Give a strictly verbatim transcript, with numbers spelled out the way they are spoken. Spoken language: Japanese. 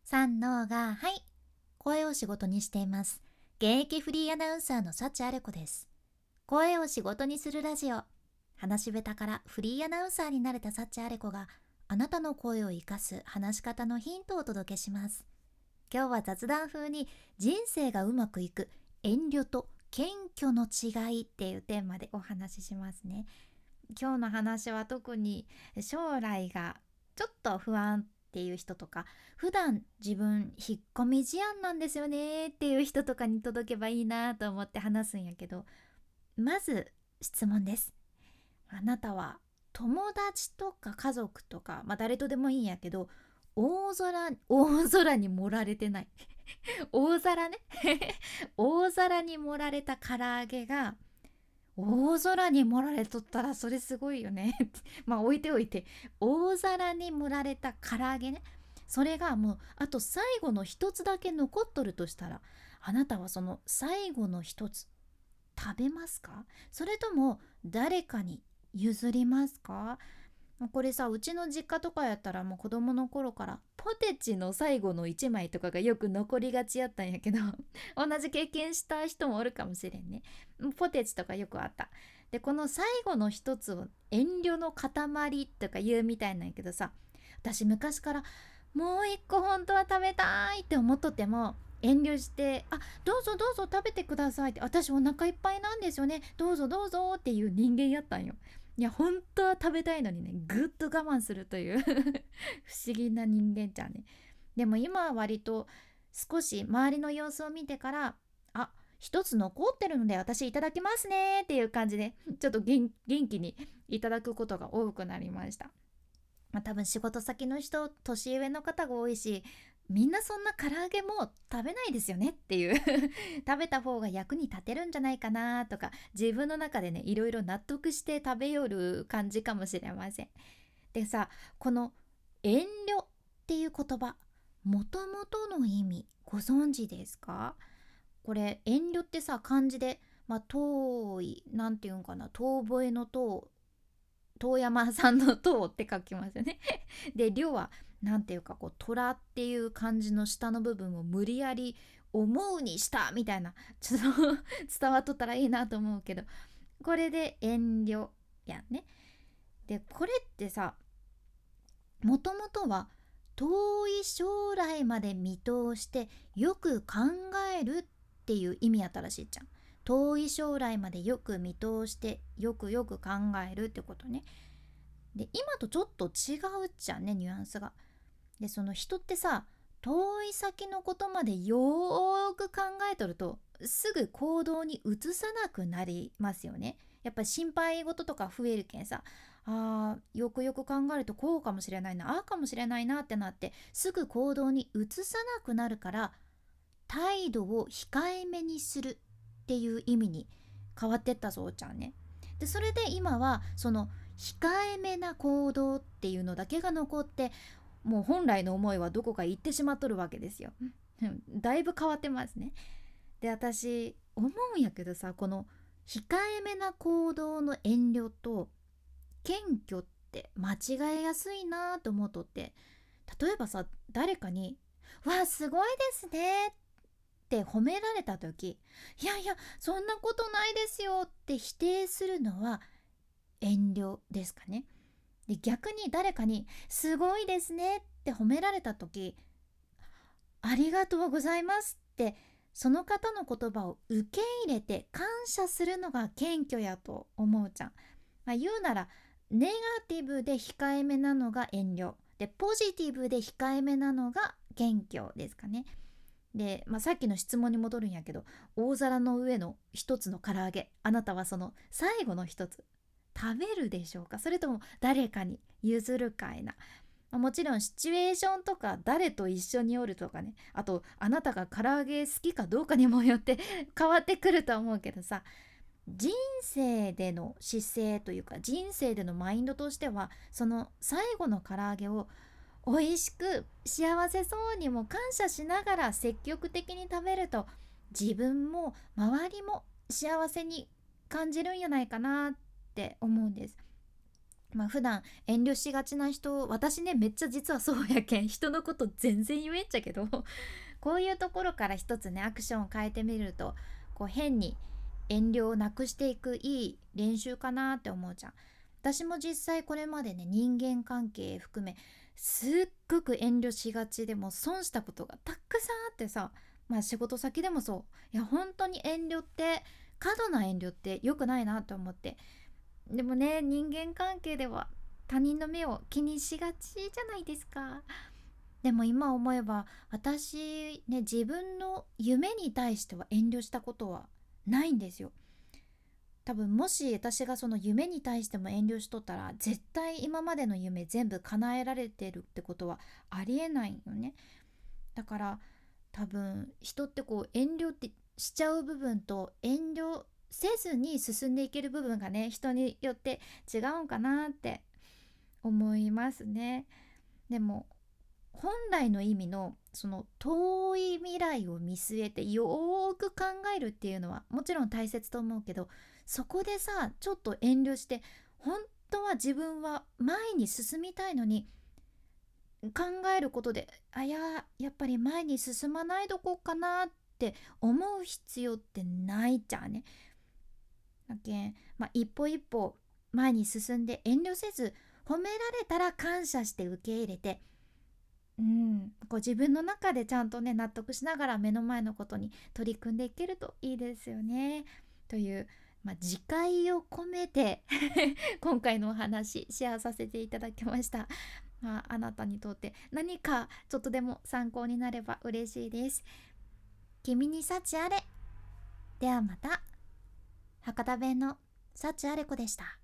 三のがはい、声を仕事にしています。現役フリーアナウンサーの幸あれ子です。声を仕事にするラジオ。話し下手からフリーアナウンサーになれた幸あれ子があなたの声を生かす話し方のヒントをお届けします。今日は雑談風に人生がうまくいく遠慮と謙虚の違いっていうテーマでお話ししますね。今日の話は特に将来がちょっと不安っていう人とか、普段自分引っ込み思案なんですよねっていう人とかに届けばいいなと思って話すんやけど、まず質問です。あなたは友達とか家族とか、まあ誰とでもいいんやけど、大空大空に盛られてない大皿ね大皿に盛られた唐揚げが大空に盛られとったらそれすごいよねまあ置いておいて、大皿に盛られた唐揚げね、それがもうあと最後の一つだけ残っとるとしたら、あなたはその最後の一つ食べますか？それとも誰かに譲りますか？これさ、うちの実家とかやったらもう子供の頃からポテチの最後のいちまいとかがよく残りがちやったんやけど同じ経験した人もおるかもしれんね。ポテチとかよくあった。でこの最後の一つを遠慮の塊とか言うみたいなんやけどさ、私昔からもう一個本当は食べたいって思っとっても遠慮して「あ、どうぞどうぞ食べてください」って、私お腹いっぱいなんですよね、どうぞどうぞっていう人間やったんよ。いや本当は食べたいのにね、ぐっと我慢するという不思議な人間ちゃんね。でも今は割と少し周りの様子を見てから、あ、一つ残ってるので私いただきますねっていう感じでちょっと元元気にいただくことが多くなりました。まあ、多分仕事先の人年上の方が多いし、みんなそんな唐揚げも食べないですよねっていう食べた方が役に立てるんじゃないかなとか、自分の中でねいろいろ納得して食べよる感じかもしれません。でさ、この遠慮っていう言葉、もともとの意味ご存知ですか？これ遠慮ってさ、漢字で、まあ、遠い、なんていうんかな、遠吠えの遠、遠山さんの塔って書きますよねで量はなんていうか、こう虎っていう漢字の下の部分を無理やり思うにしたみたいな、ちょっと伝わっとったらいいなと思うけど、これで遠慮やんね。でこれってさ、もともとは遠い将来まで見通してよく考えるっていう意味やったらしいじゃん。遠い将来までよく見通してよくよく考えるってことね。で今とちょっと違うじゃんね、ニュアンスが。でその人ってさ、遠い先のことまでよーく考えとるとすぐ行動に移さなくなりますよね。やっぱり心配事とか増えるけんさ、あーよくよく考えるとこうかもしれないな、ああかもしれないなってなってすぐ行動に移さなくなるから、態度を控えめにするっていう意味に変わってったそうちゃんね。でそれで今はその控えめな行動っていうのだけが残って、もう本来の思いはどこか行ってしまっとるわけですよ。だいぶ変わってますね。で私思うんやけどさ、この控えめな行動の遠慮と謙虚って間違えやすいなと思うとって、例えばさ、誰かに「わあすごいですね」って褒められた時、いやいやそんなことないですよって否定するのは遠慮ですかね。で逆に誰かにすごいですねって褒められた時、ありがとうございますってその方の言葉を受け入れて感謝するのが謙虚やと思うじゃん。まあ、言うならネガティブで控えめなのが遠慮で、ポジティブで控えめなのが謙虚ですかね。で、まあ、さっきの質問に戻るんやけど、大皿の上の一つの唐揚げ、あなたはその最後の一つ食べるでしょうか？それとも誰かに譲るかいな。まあもちろんシチュエーションとか誰と一緒におるとかね、あとあなたが唐揚げ好きかどうかにもよって変わってくると思うけどさ、人生での姿勢というか人生でのマインドとしては、その最後の唐揚げを美味しく幸せそうにも感謝しながら積極的に食べると、自分も周りも幸せに感じるんやないかなって思うんです。 まあ普段遠慮しがちな人、私ねめっちゃ実はそうやけん人のこと全然言えんちゃけどこういうところから一つねアクションを変えてみると、こう変に遠慮をなくしていくいい練習かなって思うじゃん。私も実際これまでね人間関係含めすっごく遠慮しがちで、も損したことがたくさんあってさ、まあ仕事先でもそう、いや本当に遠慮って、過度な遠慮って良くないなと思って。でもね、人間関係では他人の目を気にしがちじゃないですか。でも今思えば私ね、自分の夢に対しては遠慮したことはないんですよ。多分もし私がその夢に対しても遠慮しとったら、絶対今までの夢全部叶えられてるってことはありえないよね。だから多分人ってこう遠慮ってしちゃう部分と、遠慮せずに進んでいける部分がね、人によって違うんかなって思いますね。でも本来の意味のその遠い未来を見据えてよーく考えるっていうのはもちろん大切と思うけど、そこでさちょっと遠慮して、本当は自分は前に進みたいのに考えることで、あややっぱり前に進まないどこかなって思う必要ってないじゃんね。だけん、まあ、一歩一歩前に進んで、遠慮せず褒められたら感謝して受け入れて、うん、こう自分の中でちゃんとね納得しながら目の前のことに取り組んでいけるといいですよね。という、まあ、自戒を込めて今回のお話シェアさせていただきました。まあ、あなたにとって何かちょっとでも参考になれば嬉しいです。君に幸あれ。ではまた。博多弁の幸あれ子でした。